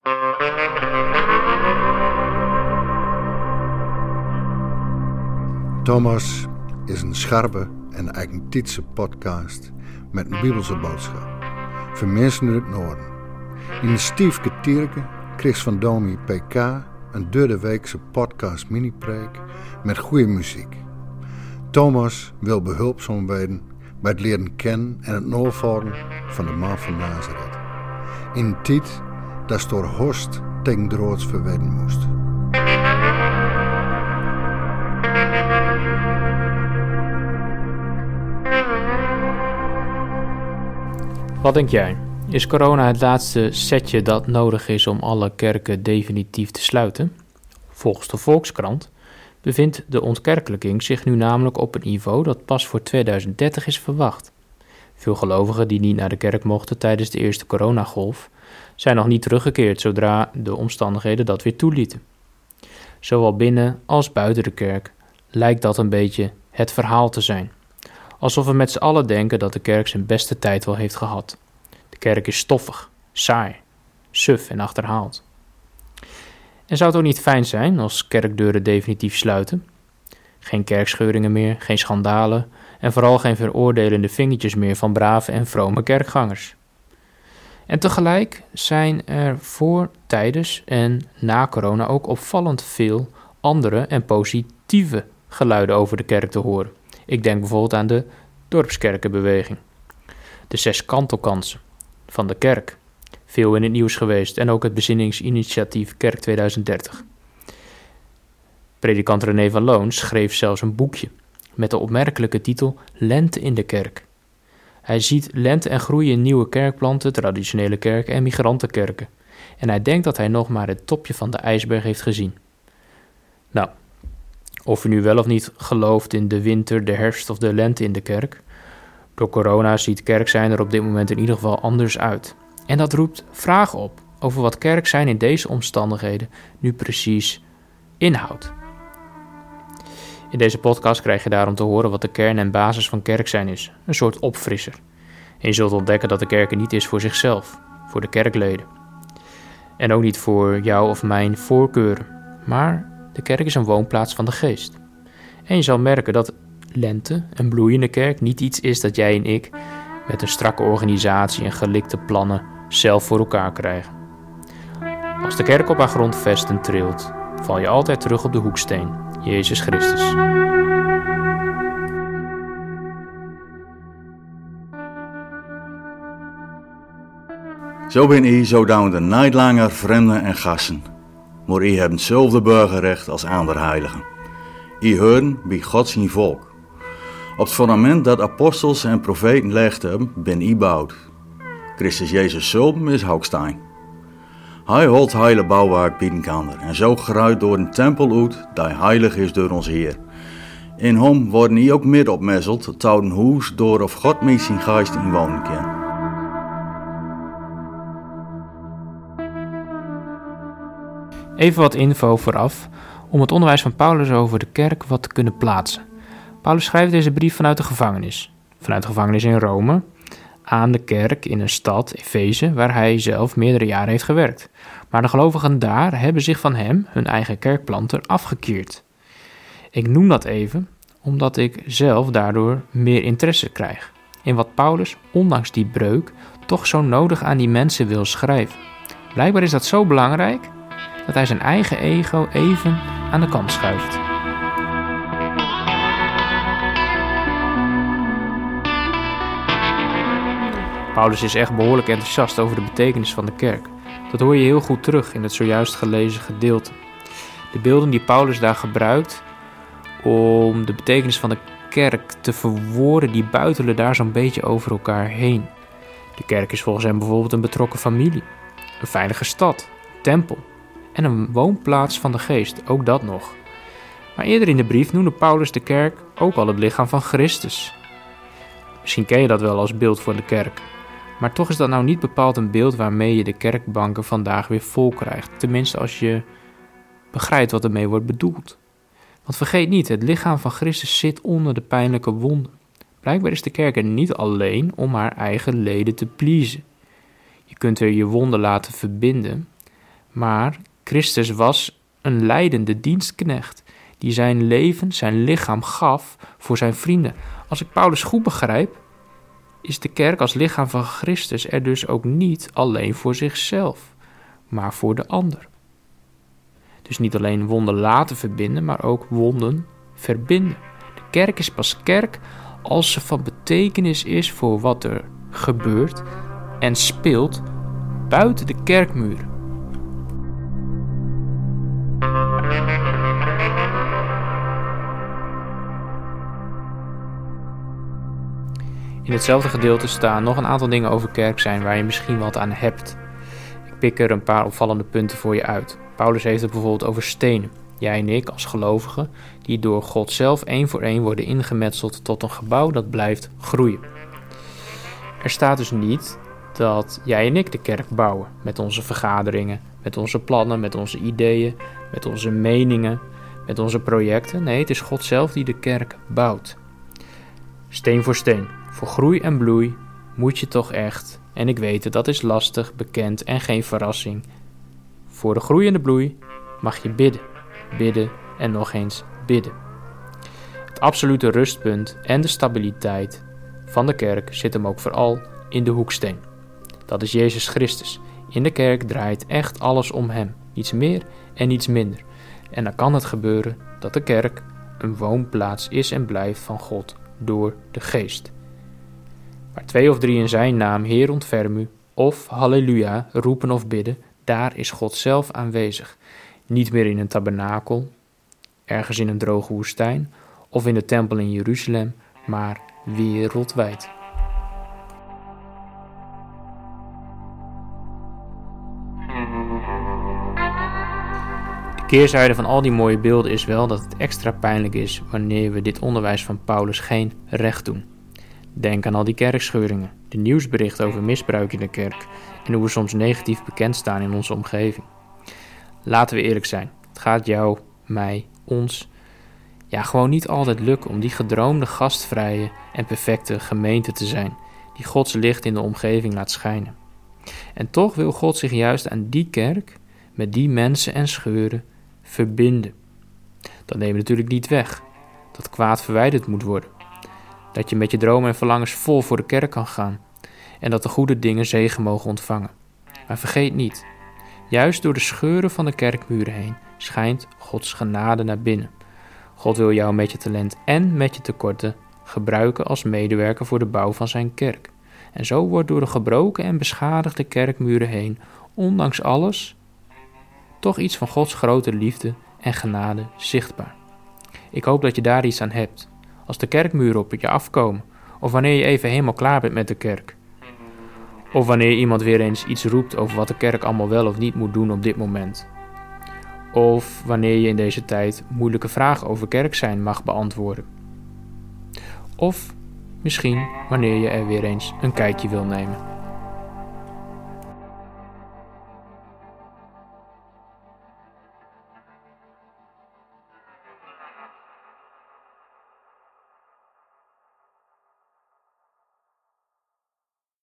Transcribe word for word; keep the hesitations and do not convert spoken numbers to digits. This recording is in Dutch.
Thomas is een scherpe en eigentijdse podcast met een bibelse boodschap. Voor mensen uit het noorden. In een stief kwartiertje kreeg van Domi P K een derde weekse podcast mini-preek met goede muziek. Thomas wil behulpzaam worden bij het leren kennen en het navolgen van de man van Nazareth. In een tijd dat ze door Horst tegen droods verwedden moest. Wat denk jij? Is corona het laatste setje dat nodig is om alle kerken definitief te sluiten? Volgens de Volkskrant bevindt de ontkerkelijking zich nu namelijk op een niveau dat pas voor tweeduizend dertig is verwacht. Veel gelovigen die niet naar de kerk mochten tijdens de eerste coronagolf zijn nog niet teruggekeerd zodra de omstandigheden dat weer toelieten. Zowel binnen als buiten de kerk lijkt dat een beetje het verhaal te zijn. Alsof we met z'n allen denken dat de kerk zijn beste tijd wel heeft gehad. De kerk is stoffig, saai, suf en achterhaald. En zou het ook niet fijn zijn als kerkdeuren definitief sluiten? Geen kerkscheuringen meer, geen schandalen en vooral geen veroordelende vingertjes meer van brave en vrome kerkgangers. En tegelijk zijn er voor, tijdens en na corona ook opvallend veel andere en positieve geluiden over de kerk te horen. Ik denk bijvoorbeeld aan de dorpskerkenbeweging. De zes kantelkansen van de kerk. Veel in het nieuws geweest en ook het bezinningsinitiatief Kerk tweeduizend dertig. Predikant René van Loon schreef zelfs een boekje met de opmerkelijke titel Lente in de kerk. Hij ziet lente en groei in nieuwe kerkplanten, traditionele kerken en migrantenkerken. En hij denkt dat hij nog maar het topje van de ijsberg heeft gezien. Nou, of u nu wel of niet gelooft in de winter, de herfst of de lente in de kerk. Door corona ziet kerk zijn er op dit moment in ieder geval anders uit. En dat roept vragen op over wat kerk zijn in deze omstandigheden nu precies inhoudt. In deze podcast krijg je daarom te horen wat de kern en basis van kerk zijn is. Een soort opfrisser. En je zult ontdekken dat de kerk er niet is voor zichzelf, voor de kerkleden. En ook niet voor jou of mijn voorkeuren, maar de kerk is een woonplaats van de geest. En je zal merken dat lente, een bloeiende kerk, niet iets is dat jij en ik met een strakke organisatie en gelikte plannen zelf voor elkaar krijgen. Als de kerk op haar grondvesten trilt, val je altijd terug op de hoeksteen, Jezus Christus. Zo ben I zodan de niet langer vreemden en gasten, maar I hebben hetzelfde burgerrecht als andere heiligen. I horen bij God zijn volk. Op het fundament dat apostels en profeten gelegd hebben, ben I bouwd. Christus Jezus zelf is hoekstein. Hij holt heile bouwwerk biedenkander en zo gruit door een tempel uit die heilig is door ons Heer. In hem worden I ook midden opmesseld, tot een huis door of God met zijn geest in wonen kan. Even wat info vooraf om het onderwijs van Paulus over de kerk wat te kunnen plaatsen. Paulus schrijft deze brief vanuit de gevangenis. Vanuit de gevangenis in Rome aan de kerk in een stad, Efeze, waar hij zelf meerdere jaren heeft gewerkt. Maar de gelovigen daar hebben zich van hem, hun eigen kerkplanter, afgekeerd. Ik noem dat even omdat ik zelf daardoor meer interesse krijg in wat Paulus, ondanks die breuk, toch zo nodig aan die mensen wil schrijven. Blijkbaar is dat zo belangrijk dat hij zijn eigen ego even aan de kant schuift. Paulus is echt behoorlijk enthousiast over de betekenis van de kerk. Dat hoor je heel goed terug in het zojuist gelezen gedeelte. De beelden die Paulus daar gebruikt om de betekenis van de kerk te verwoorden, die buitelen daar zo'n beetje over elkaar heen. De kerk is volgens hem bijvoorbeeld een betrokken familie, een veilige stad, tempel en een woonplaats van de geest, ook dat nog. Maar eerder in de brief noemde Paulus de kerk ook al het lichaam van Christus. Misschien ken je dat wel als beeld voor de kerk. Maar toch is dat nou niet bepaald een beeld waarmee je de kerkbanken vandaag weer vol krijgt. Tenminste als je begrijpt wat ermee wordt bedoeld. Want vergeet niet, het lichaam van Christus zit onder de pijnlijke wonden. Blijkbaar is de kerk er niet alleen om haar eigen leden te pleasen. Je kunt er je wonden laten verbinden, Maar Christus was een lijdende dienstknecht die zijn leven, zijn lichaam gaf voor zijn vrienden. Als ik Paulus goed begrijp, is de kerk als lichaam van Christus er dus ook niet alleen voor zichzelf, maar voor de ander. Dus niet alleen wonden laten verbinden, maar ook wonden verbinden. De kerk is pas kerk als ze van betekenis is voor wat er gebeurt en speelt buiten de kerkmuren. In hetzelfde gedeelte staan nog een aantal dingen over kerk zijn waar je misschien wat aan hebt. Ik pik er een paar opvallende punten voor je uit. Paulus heeft het bijvoorbeeld over stenen. Jij en ik als gelovigen, die door God zelf één voor één worden ingemetseld tot een gebouw dat blijft groeien. Er staat dus niet dat jij en ik de kerk bouwen met onze vergaderingen, met onze plannen, met onze ideeën, met onze meningen, met onze projecten. Nee, het is God zelf die de kerk bouwt. Steen voor steen, voor groei en bloei moet je toch echt, en ik weet het, dat is lastig, bekend en geen verrassing. Voor de groei en de bloei mag je bidden, bidden en nog eens bidden. Het absolute rustpunt en de stabiliteit van de kerk zit hem ook vooral in de hoeksteen. Dat is Jezus Christus. In de kerk draait echt alles om hem, niets meer en niets minder. En dan kan het gebeuren dat de kerk een woonplaats is en blijft van God door de Geest. Waar twee of drie in zijn naam Heer ontferm u of Halleluja roepen of bidden, daar is God zelf aanwezig. Niet meer in een tabernakel, ergens in een droge woestijn of in de tempel in Jeruzalem, maar wereldwijd. De keerzijde van al die mooie beelden is wel dat het extra pijnlijk is wanneer we dit onderwijs van Paulus geen recht doen. Denk aan al die kerkscheuringen, de nieuwsberichten over misbruik in de kerk en hoe we soms negatief bekend staan in onze omgeving. Laten we eerlijk zijn, het gaat jou, mij, ons, ja gewoon niet altijd lukken om die gedroomde gastvrije en perfecte gemeente te zijn, die Gods licht in de omgeving laat schijnen. En toch wil God zich juist aan die kerk, met die mensen en scheuren, verbinden. Dat neemt natuurlijk niet weg dat kwaad verwijderd moet worden. Dat je met je dromen en verlangens vol voor de kerk kan gaan. En dat de goede dingen zegen mogen ontvangen. Maar vergeet niet, juist door de scheuren van de kerkmuren heen schijnt Gods genade naar binnen. God wil jou met je talent en met je tekorten gebruiken als medewerker voor de bouw van zijn kerk. En zo wordt door de gebroken en beschadigde kerkmuren heen, ondanks alles, toch iets van Gods grote liefde en genade zichtbaar. Ik hoop dat je daar iets aan hebt. Als de kerkmuren op je afkomen, of wanneer je even helemaal klaar bent met de kerk. Of wanneer iemand weer eens iets roept over wat de kerk allemaal wel of niet moet doen op dit moment. Of wanneer je in deze tijd moeilijke vragen over kerk zijn mag beantwoorden. Of misschien wanneer je er weer eens een kijkje wil nemen.